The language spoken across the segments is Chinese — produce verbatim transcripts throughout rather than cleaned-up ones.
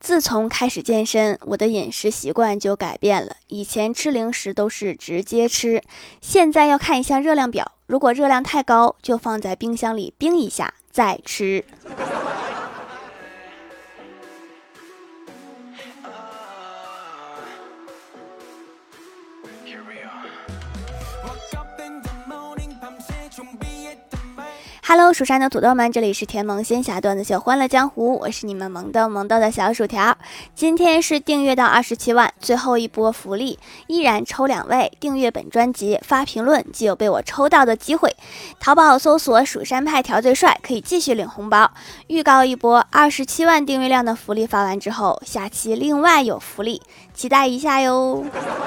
自从开始健身，我的饮食习惯就改变了。以前吃零食都是直接吃，现在要看一下热量表，如果热量太高，就放在冰箱里冰一下再吃。Hello， 蜀山的土豆们，这里是甜萌仙侠段子秀欢乐江湖，我是你们萌豆萌豆的小薯条。今天是订阅到二十七万最后一波福利，依然抽两位订阅本专辑发评论即有被我抽到的机会。淘宝搜索蜀山派调最帅，可以继续领红包。预告一波二十七万订阅量的福利发完之后，下期另外有福利，期待一下哟。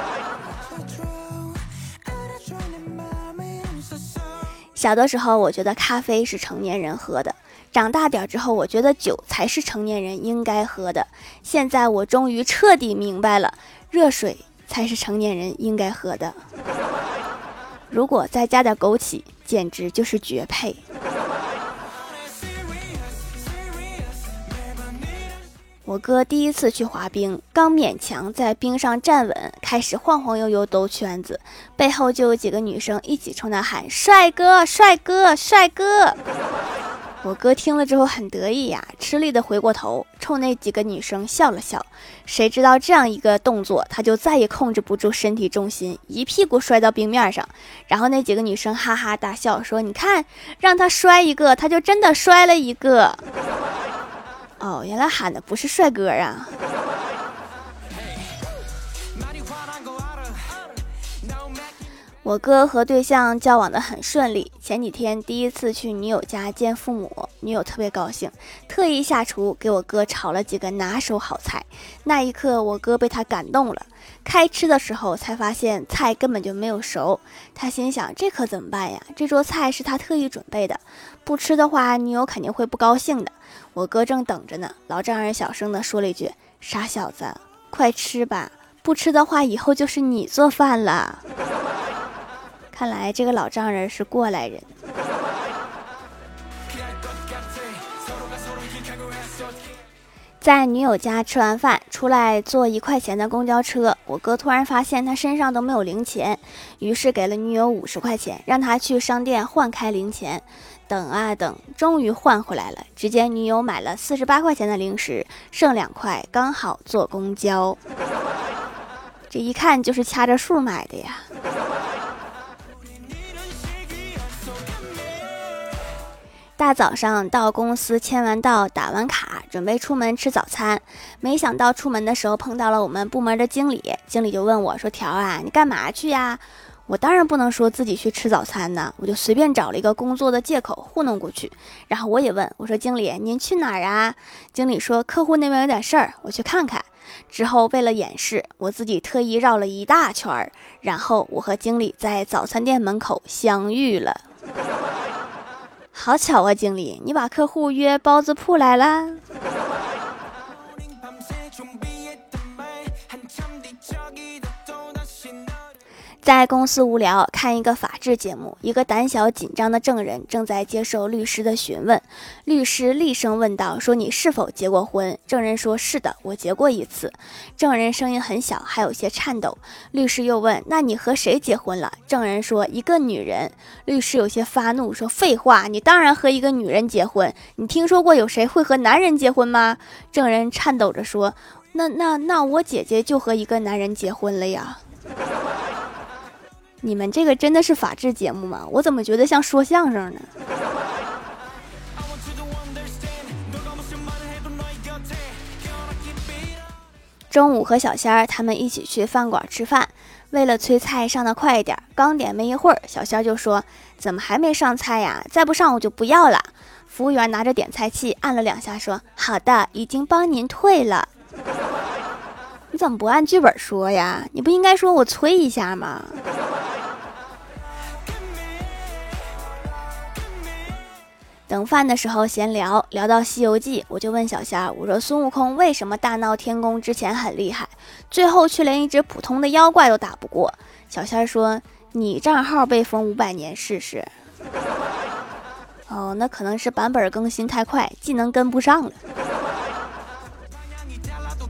小的时候我觉得咖啡是成年人喝的，长大点之后我觉得酒才是成年人应该喝的，现在我终于彻底明白了，热水才是成年人应该喝的，如果再加点枸杞简直就是绝配。我哥第一次去滑冰，刚勉强在冰上站稳，开始晃晃悠悠兜圈子，背后就有几个女生一起冲他喊帅哥帅哥帅哥。我哥听了之后很得意呀，吃力的回过头冲那几个女生笑了笑，谁知道这样一个动作他就再也控制不住身体重心，一屁股摔到冰面上，然后那几个女生哈哈大笑说，你看让他摔一个他就真的摔了一个。哦，原来喊的不是帅哥啊。我哥和对象交往的很顺利，前几天第一次去女友家见父母，女友特别高兴，特意下厨给我哥炒了几个拿手好菜。那一刻我哥被他感动了，开吃的时候才发现菜根本就没有熟，他心想这可怎么办呀，这桌菜是他特意准备的，不吃的话女友肯定会不高兴的。我哥正等着呢，老丈人小声地说了一句，傻小子快吃吧，不吃的话以后就是你做饭了。看来这个老丈人是过来人。在女友家吃完饭出来坐一块钱的公交车，我哥突然发现他身上都没有零钱，于是给了女友五十块钱，让他去商店换开零钱。等啊等，终于换回来了，只见女友买了四十八块钱的零食，剩两块刚好坐公交。这一看就是掐着数买的呀。大早上到公司签完到打完卡，准备出门吃早餐，没想到出门的时候碰到了我们部门的经理，经理就问我说，条啊你干嘛去呀？我当然不能说自己去吃早餐呢，我就随便找了一个工作的借口糊弄过去。然后我也问我说，经理您去哪儿啊？经理说客户那边有点事儿，我去看看。之后为了掩饰，我自己特意绕了一大圈，然后我和经理在早餐店门口相遇了。好巧啊，经理，你把客户约包子铺来了。在公司无聊，看一个法制节目，一个胆小紧张的证人正在接受律师的询问。律师厉声问道，说你是否结过婚？证人说是的，我结过一次。证人声音很小，还有些颤抖。律师又问，那你和谁结婚了？证人说一个女人。律师有些发怒，说废话，你当然和一个女人结婚，你听说过有谁会和男人结婚吗？证人颤抖着说，那那那我姐姐就和一个男人结婚了呀。你们这个真的是法制节目吗？我怎么觉得像说相声呢？中午和小仙儿他们一起去饭馆吃饭，为了催菜上得快一点，刚点没一会儿，小仙儿就说，怎么还没上菜呀？再不上我就不要了。服务员拿着点菜器按了两下说，好的，已经帮您退了。你怎么不按剧本说呀？你不应该说我催一下吗？等饭的时候闲聊，聊到西游记，我就问小仙儿，我说孙悟空为什么大闹天宫之前很厉害，最后却连一只普通的妖怪都打不过？小仙儿说，你账号被封五百年试试。哦，那可能是版本更新太快，技能跟不上了。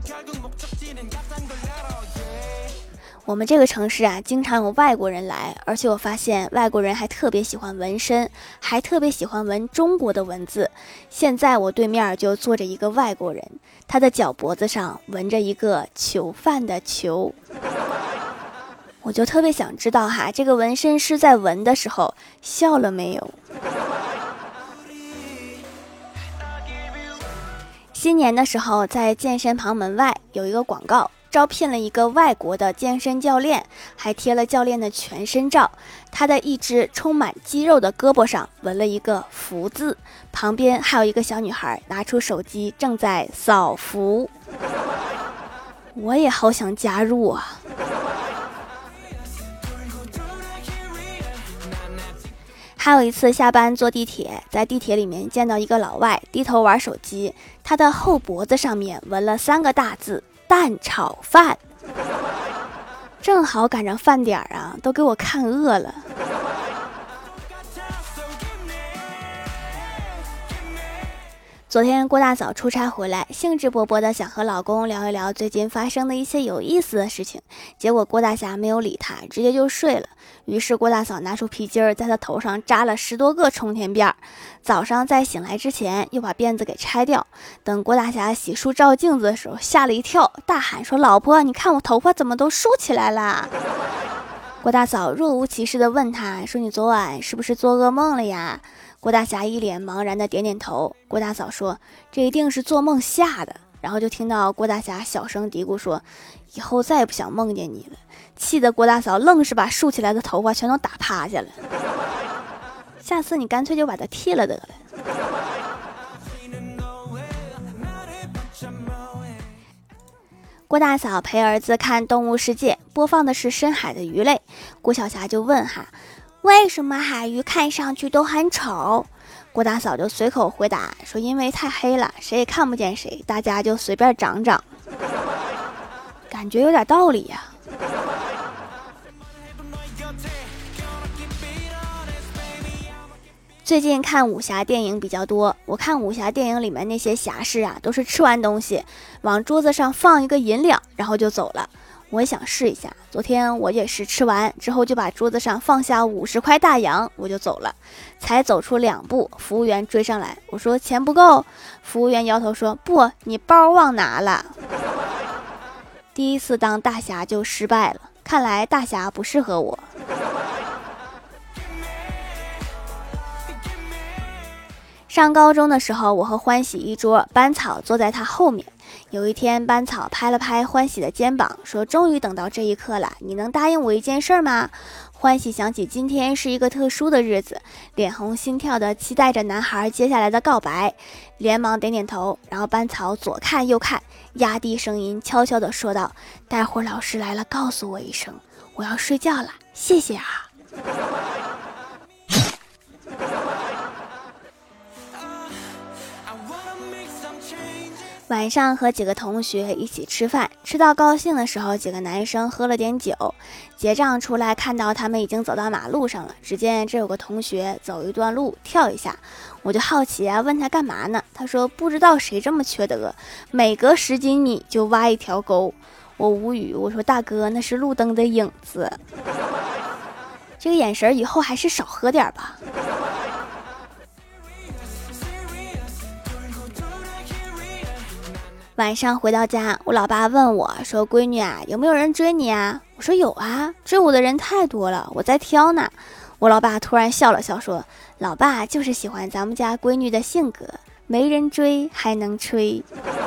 我们这个城市啊，经常有外国人来，而且我发现外国人还特别喜欢纹身，还特别喜欢纹中国的文字。现在我对面就坐着一个外国人，他的脚脖子上纹着一个囚犯的囚。我就特别想知道哈，这个纹身师在纹的时候笑了没有？新年的时候，在健身房门外有一个广告，招聘了一个外国的健身教练，还贴了教练的全身照。他的一只充满肌肉的胳膊上纹了一个福字，旁边还有一个小女孩拿出手机正在扫福。我也好想加入啊！还有一次下班坐地铁，在地铁里面见到一个老外低头玩手机，他的后脖子上面纹了三个大字蛋炒饭，正好赶上饭点啊，都给我看饿了。昨天郭大嫂出差回来，兴致勃勃的想和老公聊一聊最近发生的一些有意思的事情，结果郭大侠没有理他，直接就睡了。于是郭大嫂拿出皮筋儿，在他头上扎了十多个冲天辫儿。早上在醒来之前，又把辫子给拆掉。等郭大侠洗漱照镜子的时候，吓了一跳，大喊说：“老婆，你看我头发怎么都竖起来了？”郭大嫂若无其事地问他说：“你昨晚是不是做噩梦了呀？”郭大侠一脸茫然的点点头。郭大嫂说：“这一定是做梦吓的。”然后就听到郭大侠小声嘀咕说：“以后再也不想梦见你了。”气得郭大嫂愣是把竖起来的头发全都打趴下了。下次你干脆就把它剃了得了。郭大嫂陪儿子看《动物世界》，播放的是深海的鱼类。郭晓霞就问哈：“为什么海鱼看上去都很丑？”郭大嫂就随口回答说：“因为太黑了，谁也看不见谁，大家就随便长长。”感觉有点道理呀。最近看武侠电影比较多，我看武侠电影里面那些侠士啊，都是吃完东西往桌子上放一个银两，然后就走了。我也想试一下，昨天我也是吃完之后就把桌子上放下五十块大洋，我就走了。才走出两步，服务员追上来，我说钱不够，服务员摇头说不，你包忘拿了。第一次当大侠就失败了，看来大侠不适合我。上高中的时候，我和欢喜一桌，班草坐在他后面。有一天，班草拍了拍欢喜的肩膀，说：“终于等到这一刻了，你能答应我一件事吗？”欢喜想起今天是一个特殊的日子，脸红心跳的期待着男孩接下来的告白，连忙点点头。然后班草左看右看，压低声音悄悄地说道：“待会儿老师来了，告诉我一声，我要睡觉了，谢谢啊。”晚上和几个同学一起吃饭，吃到高兴的时候，几个男生喝了点酒，结账出来看到他们已经走到马路上了。只见这有个同学走一段路跳一下，我就好奇啊，问他干嘛呢？他说不知道谁这么缺德，每隔十几米就挖一条沟。我无语，我说大哥，那是路灯的影子。这个眼神以后还是少喝点吧。晚上回到家，我老爸问我说：“闺女啊，有没有人追你啊？”我说：“有啊，追我的人太多了，我在挑呢。”我老爸突然笑了笑说：“老爸就是喜欢咱们家闺女的性格，没人追还能吹。”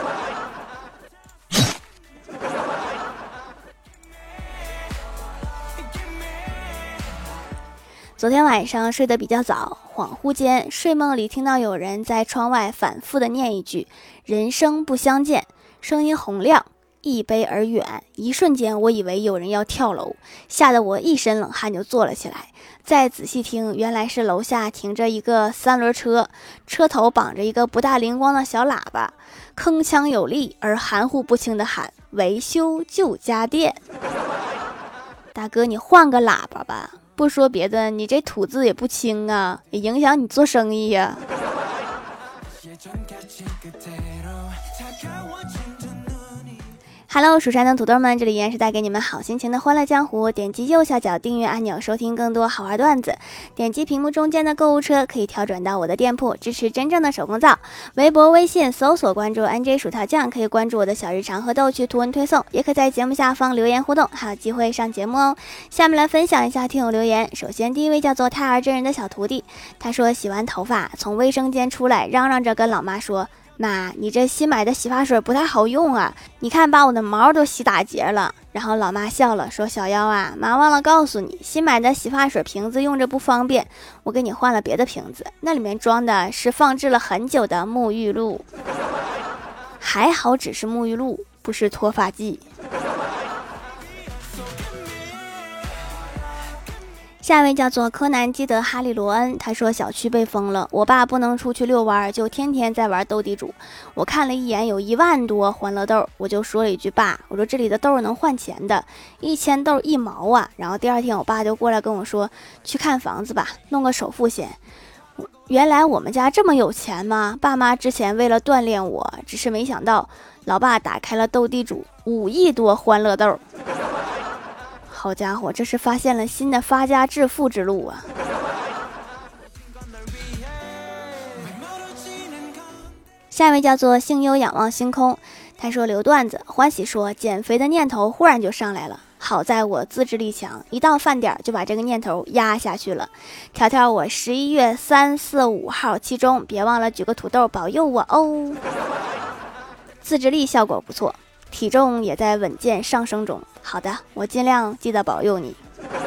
昨天晚上睡得比较早，恍惚间睡梦里听到有人在窗外反复地念一句人生不相见，声音洪亮，一悲而远。一瞬间我以为有人要跳楼，吓得我一身冷汗就坐了起来。再仔细听，原来是楼下停着一个三轮车，车头绑着一个不大灵光的小喇叭，铿锵有力而含糊不清地喊维修旧家电。大哥你换个喇叭吧，不说别的，你这吐字也不清啊，也影响你做生意呀、啊。 Hello， 蜀山的土豆们，这里依然是带给你们好心情的欢乐江湖。点击右下角订阅按钮，收听更多好玩段子。点击屏幕中间的购物车，可以跳转到我的店铺，支持真正的手工皂。微博、微信搜索关注 N J 薯条酱，可以关注我的小日常和逗趣图文推送，也可在节目下方留言互动，还有机会上节目哦。下面来分享一下听友留言。首先，第一位叫做泰儿真人的小徒弟，他说洗完头发从卫生间出来，嚷嚷着跟老妈说。妈，你这新买的洗发水不太好用啊，你看把我的毛都洗打结了。然后老妈笑了，说小妖啊，妈忘了告诉你，新买的洗发水瓶子用着不方便，我给你换了别的瓶子，那里面装的是放置了很久的沐浴露。还好只是沐浴露，不是脱发剂。下一位叫做柯南基德哈利罗恩，他说小区被封了，我爸不能出去遛弯，就天天在玩斗地主。我看了一眼，有一万多欢乐豆，我就说了一句爸，我说这里的豆能换钱的，一千豆一毛啊。然后第二天我爸就过来跟我说，去看房子吧，弄个首付先。原来我们家这么有钱吗？爸妈之前为了锻炼我，只是没想到老爸打开了斗地主，五亿多欢乐豆。好家伙，这是发现了新的发家致富之路啊！下一位叫做幸优仰望星空，他说留段子，欢喜说减肥的念头忽然就上来了，好在我自制力强，一到饭点就把这个念头压下去了。条条我十一月三四五号期中，别忘了举个土豆保佑我哦。自制力效果不错，体重也在稳健上升中。好的，我尽量记得保佑你。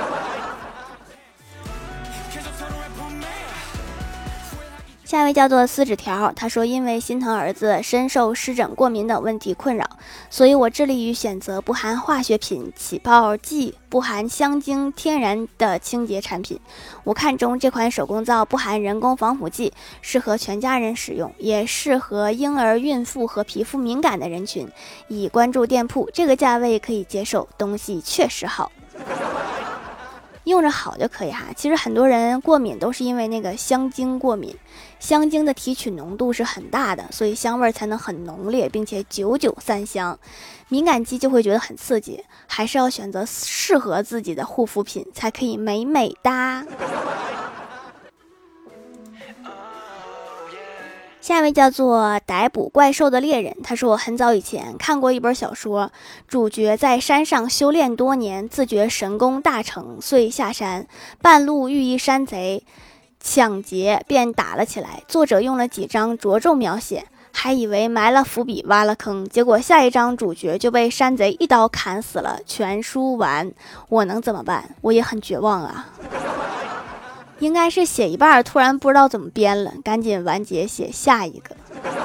下一位叫做撕纸条，他说因为心疼儿子深受湿疹过敏等问题困扰，所以我致力于选择不含化学品、起泡剂、不含香精、天然的清洁产品。我看中这款手工皂不含人工防腐剂，适合全家人使用，也适合婴儿、孕妇和皮肤敏感的人群。已关注店铺，这个价位可以接受，东西确实好。用着好就可以哈。其实很多人过敏都是因为那个香精过敏，香精的提取浓度是很大的，所以香味才能很浓烈，并且久久散香。敏感肌就会觉得很刺激，还是要选择适合自己的护肤品，才可以美美哒。下一位叫做逮捕怪兽的猎人，他说我很早以前看过一本小说，主角在山上修炼多年，自觉神功大成，遂下山，半路遇一山贼抢劫，便打了起来。作者用了几张着重描写，还以为埋了伏笔挖了坑，结果下一章主角就被山贼一刀砍死了。全书完，我能怎么办？我也很绝望啊。应该是写一半突然不知道怎么编了，赶紧完结写下一个。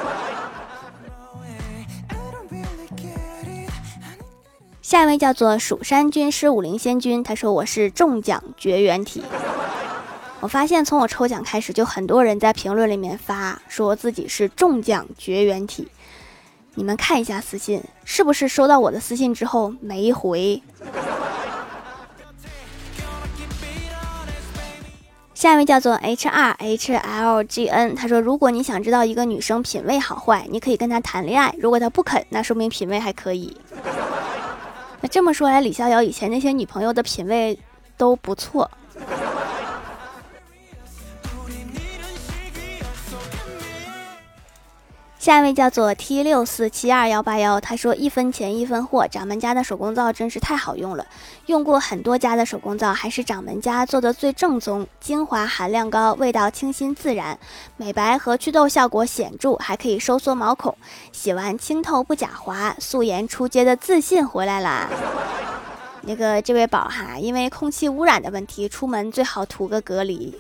下一位叫做蜀山军师武林仙君，他说我是中奖绝缘体。我发现从我抽奖开始，就很多人在评论里面发说自己是中奖绝缘体。你们看一下私信，是不是收到我的私信之后没回？下一位叫做 H R H L G N， 他说如果你想知道一个女生品味好坏，你可以跟她谈恋爱，如果她不肯，那说明品味还可以。那这么说来，李逍遥以前那些女朋友的品味都不错。下一位叫做 T 六四七二一八一，他说一分钱一分货，掌门家的手工皂真是太好用了，用过很多家的手工皂，还是掌门家做的最正宗，精华含量高，味道清新自然，美白和祛痘效果显著，还可以收缩毛孔，洗完清透不假滑，素颜出街的自信回来啦。那个这位宝哈，因为空气污染的问题，出门最好涂个隔离。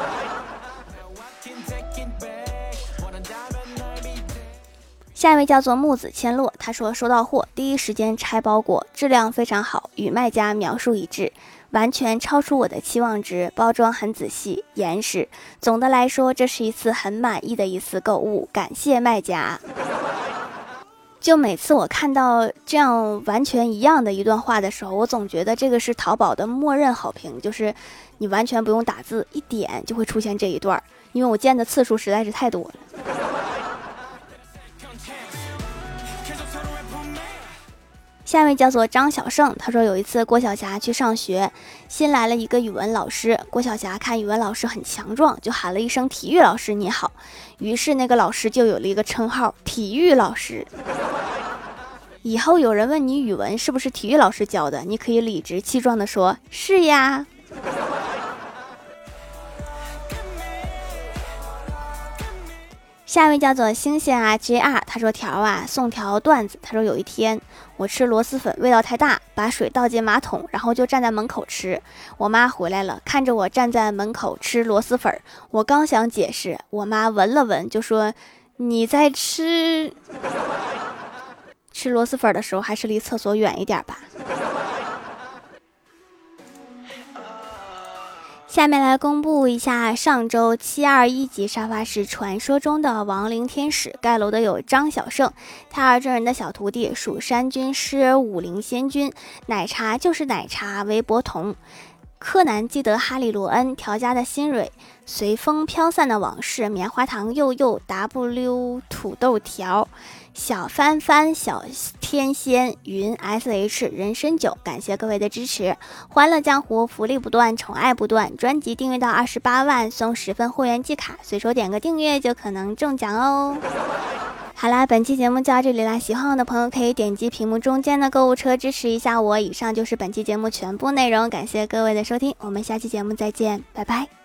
下一位叫做木子千落，他说收到货第一时间拆包裹，质量非常好，与卖家描述一致，完全超出我的期望值，包装很仔细严实，总的来说这是一次很满意的一次购物，感谢卖家。就每次我看到这样完全一样的一段话的时候，我总觉得这个是淘宝的默认好评，就是你完全不用打字，一点就会出现这一段，因为我见的次数实在是太多了。 下面叫做张小胜，他说有一次郭晓霞去上学，新来了一个语文老师，郭晓霞看语文老师很强壮，就喊了一声体育老师你好，于是那个老师就有了一个称号体育老师。以后有人问你语文是不是体育老师教的，你可以理直气壮地说是呀。下位叫做星星啊 J R， 他说条啊送条段子，他说有一天我吃螺蛳粉味道太大，把水倒进马桶，然后就站在门口吃。我妈回来了，看着我站在门口吃螺蛳粉，我刚想解释，我妈闻了闻就说你在吃吃螺蛳粉的时候还是离厕所远一点吧。下面来公布一下上周七二一级沙发是传说中的亡灵天使，盖楼的有张小胜、太二真人的小徒弟蜀山军师武灵仙君、奶茶就是奶茶韦伯彤、柯南基德哈利罗恩、调家的新蕊、随风飘散的往事、棉花糖柚柚 W 土豆条、小帆帆、小天仙、云 S H 人参酒，感谢各位的支持。欢乐江湖福利不断，宠爱不断，专辑订阅到二十八万送十份会员季卡，随手点个订阅就可能中奖哦。好啦，本期节目就到这里啦，喜欢我的朋友可以点击屏幕中间的购物车支持一下我。以上就是本期节目全部内容，感谢各位的收听，我们下期节目再见，拜拜。